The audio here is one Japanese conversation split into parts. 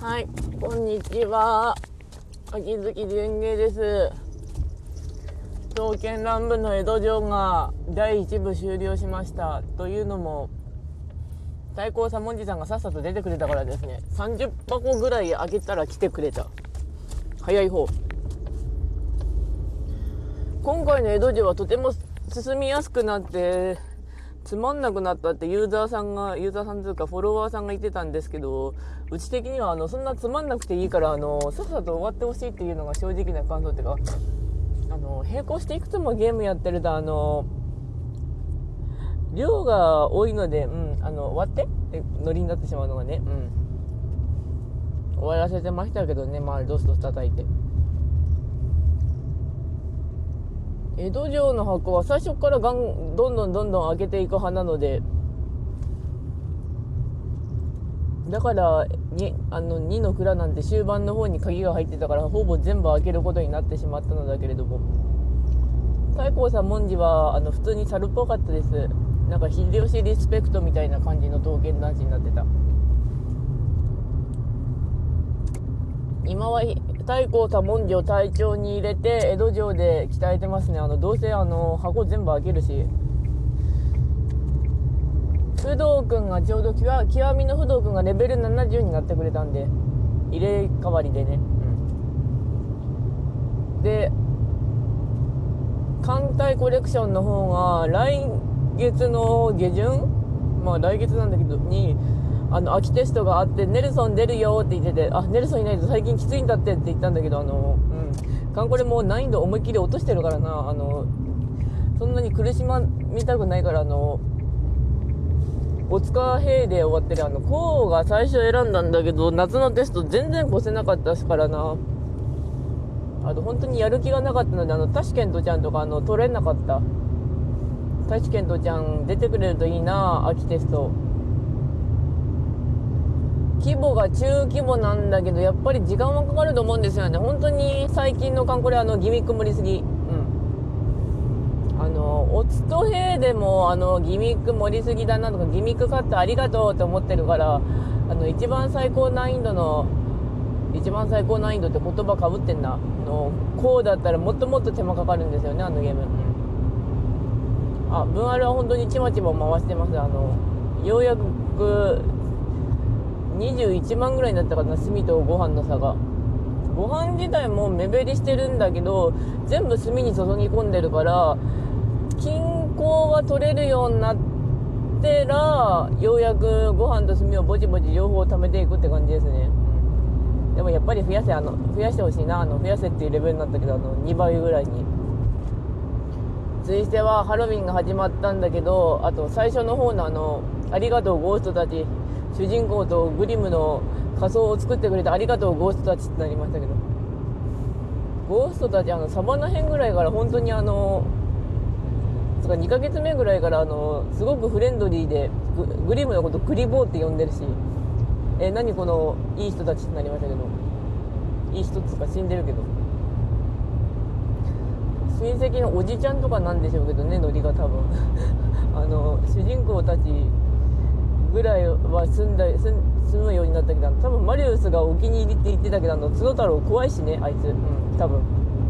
はい、こんにちは。秋月伝芸です。刀剣乱舞の江戸城が第1部終了しました。というのも、太閤左文字さんがさっさと出てくれたからですね。30箱ぐらい開けたら来てくれた。早い方。今回の江戸城はとても進みやすくなってつまんなくなったってユーザーさんというかフォロワーさんが言ってたんですけど、うち的にはそんなつまんなくていいからさっさと終わってほしいっていうのが正直な感想っていうか、並行していくつもゲームやってると量が多いので、終わってノリになってしまうのがね、終わらせてましたけどね、ドスドス叩いて。江戸城の箱は最初からどんどん開けていく派なので、だから2の蔵なんて終盤の方に鍵が入ってたからほぼ全部開けることになってしまったのだけれども、太閤左文字は普通に猿っぽかったです。なんか秀吉リスペクトみたいな感じの刀剣男子になってた。今は太閤左文字を隊長に入れて江戸城で鍛えてますね。どうせ箱全部開けるし、不動くんがちょうど極みの不動くんがレベル70になってくれたんで、入れ替わりでね、で艦隊コレクションの方が来月の下旬、来月なんだけどに秋テストがあって、ネルソン出るよって言ってて、ネルソンいないと最近きついんだって言ったんだけど、カンコレもう難易度思いっきり落としてるからな、そんなに苦しみたくないから、おつか兵で終わってるコウが最初選んだんだけど、夏のテスト全然越せなかったからな。本当にやる気がなかったので、タシケントちゃんとか取れなかった。タシケントちゃん出てくれるといいな、秋テスト。規模が中規模なんだけど、やっぱり時間はかかると思うんですよね。本当に最近のカンコレギミック盛りすぎ。おつと兵でもギミック盛りすぎだなとか、ギミック買ってありがとうって思ってるから、一番最高難易度って言葉かぶってんな。こうだったらもっともっと手間かかるんですよね、ゲーム。分あれは本当にちまちま回してます。ようやく21万ぐらいになったかな、炭とご飯の差が。ご飯自体も目減りしてるんだけど、全部炭に注ぎ込んでるから、均衡が取れるようになってら、ようやくご飯と炭をぼちぼち両方貯めていくって感じですね。でもやっぱり増やしてほしいな。増やせっていうレベルになったけど、2倍ぐらいに。ついてはハロウィンが始まったんだけど、あと最初の方のありがとうゴーストたち、主人公とグリムの仮装を作ってくれてありがとうゴーストたちってなりましたけど、ゴーストたちサバナ編ぐらいから本当に2ヶ月目ぐらいからすごくフレンドリーで、グリムのことグリボーって呼んでるし、何このいい人たちってなりましたけど、いい人っつうか死んでるけど、親戚のおじちゃんとかなんでしょうけどね、ノリが多分主人公たちぐらいは住むようになったけど、多分マリウスがお気に入りって言ってたけど、角太郎怖いしね、あいつ。多分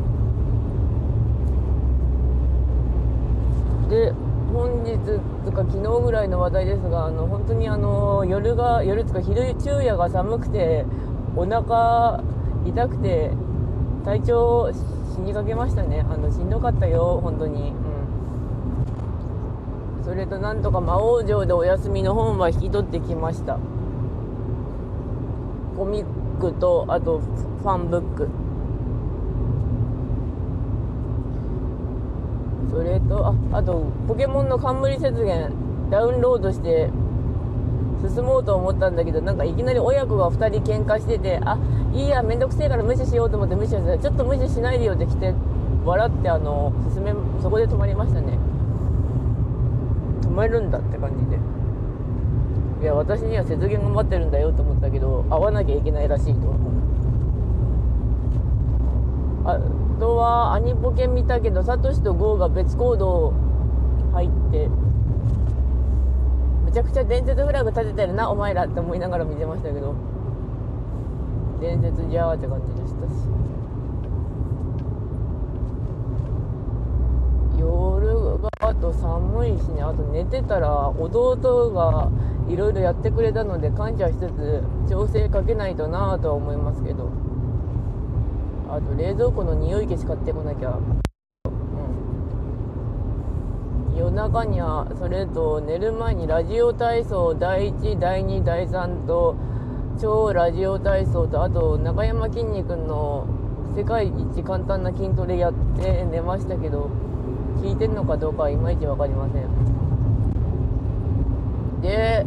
で、本日とか昨日ぐらいの話題ですが、本当に夜とか昼夜が寒くてお腹痛くて体調死にかけましたね。しんどかったよ本当に。それとなんとか魔王城でお休みの本は引き取ってきました。コミックとあとファンブック、それとあとポケモンの冠雪原ダウンロードして進もうと思ったんだけど、なんかいきなり親子が2人喧嘩してて、いいやめんどくせえから無視しようと思って無視したら、ちょっと無視しないでよって来て笑ってそこで止まりましたね。止まるんだって感じで、いや私には雪原が待ってるんだよと思ったけど、会わなきゃいけないらしいと。あとはアニポケ見たけど、サトシとゴーが別行動入ってめちゃくちゃ伝説フラグ立ててるなお前らって思いながら見てましたけど、 伝説じゃーって感じでしたし、夜があと寒いしね、あと寝てたら弟がいろいろやってくれたので感謝しつつ調整かけないとなぁとは思いますけど、あと冷蔵庫の匂い消し買ってこなきゃ。夜中にはそれと寝る前にラジオ体操第1第2第3と超ラジオ体操と、あと中山きんに君の世界一簡単な筋トレやって寝ましたけど、聞いてんのかどうかはいまいち分かりません。で、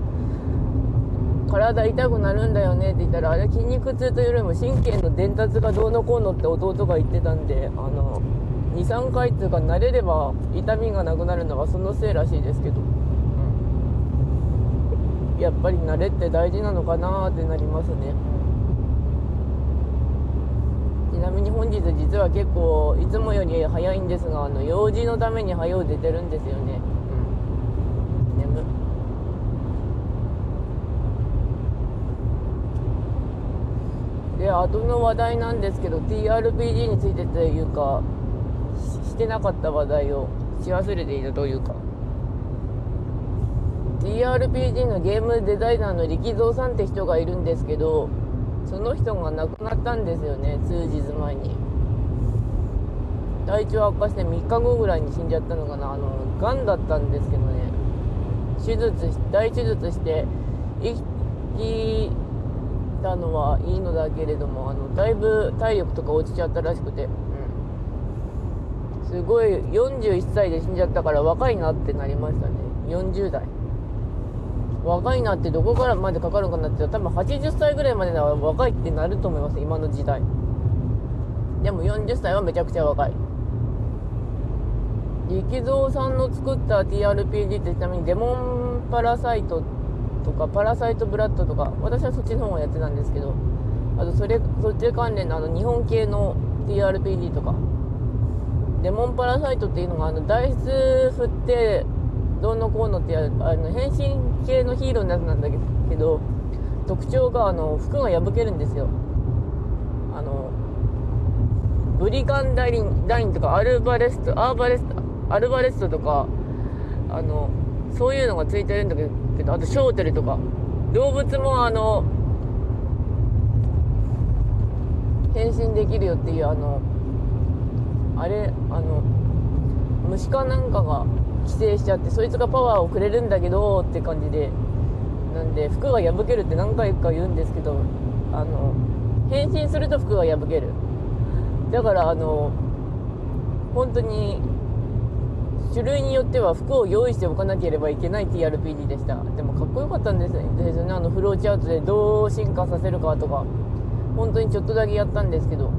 体痛くなるんだよねって言ったら、あれ筋肉痛というよりも神経の伝達がどうのこうのって弟が言ってたんで、2、3回っていうか慣れれば痛みがなくなるのはそのせいらしいですけど、やっぱり慣れって大事なのかなってなりますね。ちなみに本日実は結構いつもより早いんですが、用事のために早う出てるんですよね。眠で、後の話題なんですけど、 TRPG についてというかしてなかった話題をし忘れていたというか、 TRPG のゲームデザイナーの力蔵さんって人がいるんですけど、その人が亡くなったんですよね、数日前に。体調悪化して3日後ぐらいに死んじゃったのかな。がんだったんですけどね、大手術して生きたのはいいのだけれども、だいぶ体力とか落ちちゃったらしくて、すごい41歳で死んじゃったから若いなってなりましたね。40代若いなってどこからまでかかるのかなって、多分80歳ぐらいまでは若いってなると思います、今の時代。でも40歳はめちゃくちゃ若い。力蔵さんの作った TRPG ってちなみにデモンパラサイトとかパラサイトブラッドとか、私はそっちの方をやってたんですけど、あとそっち関連の日本系の TRPG とか、デモンパラサイトっていうのがダイス振ってどうのこうのって変身系のヒーローのやつなんだけど、特徴が服が破けるんですよ。ブリガンダインとかアルバレストとかそういうのがついてるんだけど、あとショーテルとか動物も変身できるよっていう虫かなんかが寄生しちゃって、そいつがパワーをくれるんだけどって感じで、なんで服が破けるって何回か言うんですけど、変身すると服が破ける。だから本当に種類によっては服を用意しておかなければいけない TRPG でした。でもかっこよかったんですよね。フローチャートでどう進化させるかとか、本当にちょっとだけやったんですけど、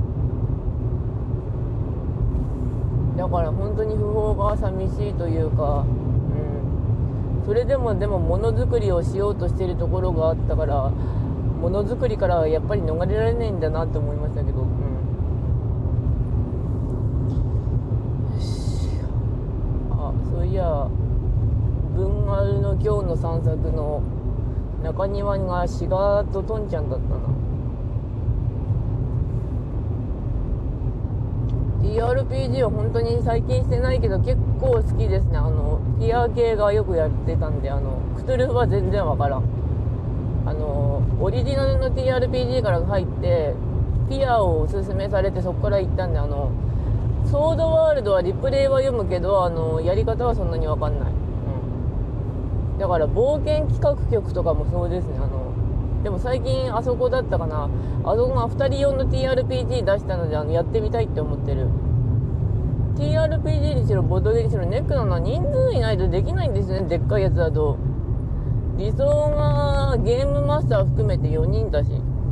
だから本当に不法が寂しいというか、それでもものづくりをしようとしているところがあったから、ものづくりからはやっぱり逃れられないんだなって思いましたけど、そういや文丸の今日の散策の中庭がシガとトンちゃんだったな。TRPG は本当に最近してないけど結構好きですね。ピア系がよくやってたんで、クトゥルフは全然わからん。オリジナルの TRPG から入ってピアをおすすめされて、そこから行ったんで、ソードワールドはリプレイは読むけどやり方はそんなにわかんない、だから冒険企画局とかもそうですね。でも最近あそこだったかな、あそこが2人用の TRPG 出したのでやってみたいって思ってる。 TRPG にしろボードゲーにしろネックなのは人数いないとできないんですよね。でっかいやつだと理想がゲームマスター含めて4人だし、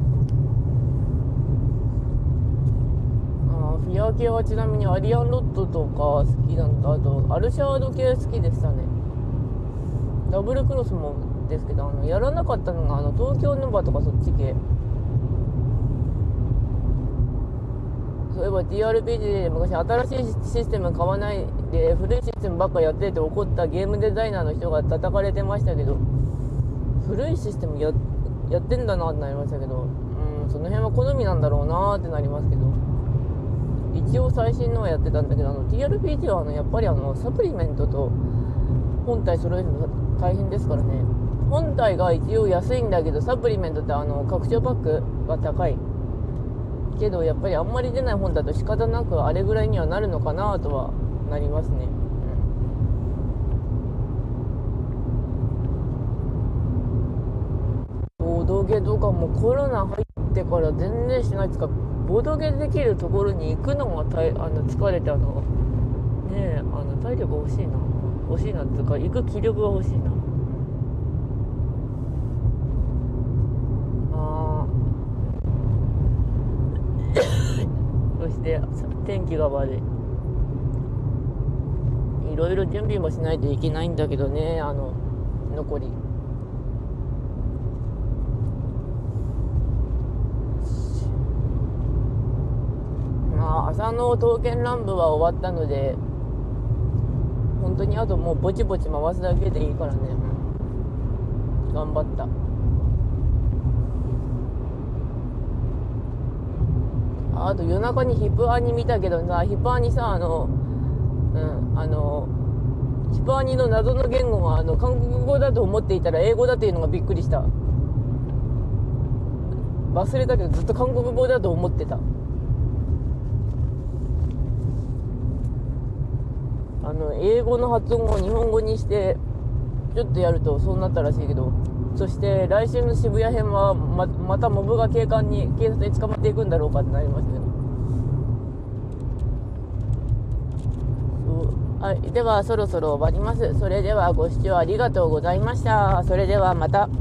フィア系はちなみにアリアンロットとか好きなんだ。あとアルシャード系好きでしたね。ダブルクロスもですけど、やらなかったのが東京ヌバとかそっち系。そういえば TRPG で昔新しいシステム買わないで古いシステムばっかやってて怒ったゲームデザイナーの人が叩かれてましたけど、古いシステムやってんだなってなりましたけど、 その辺は好みなんだろうなーってなりますけど、一応最新のをやってたんだけど、TRPG はやっぱりサプリメントと本体揃えるの大変ですからね。本体が一応安いんだけど、サプリメントって拡張パックが高いけど、やっぱりあんまり出ない本だと仕方なくあれぐらいにはなるのかなとはなりますね。ボードゲとかもコロナ入ってから全然しないですか。ボードゲできるところに行くのが疲れて体力欲しいなっていうか、行く気力が欲しいな。そして天気が悪い。いろいろ準備もしないといけないんだけどね、残り。朝の刀剣乱舞は終わったので、本当にあともうぼちぼち回すだけでいいからね。頑張った。あと夜中にヒップアニ見たけどさ、ヒップアニさ、ヒップアニの謎の言語が韓国語だと思っていたら英語だというのがびっくりした。忘れたけどずっと韓国語だと思ってた。英語の発音を日本語にしてちょっとやるとそうなったらしいけど、そして来週の渋谷編は またモブが警察に捕まっていくんだろうかってなりましたけど、はい、ではそろそろ終わります。それではご視聴ありがとうございました。それではまた。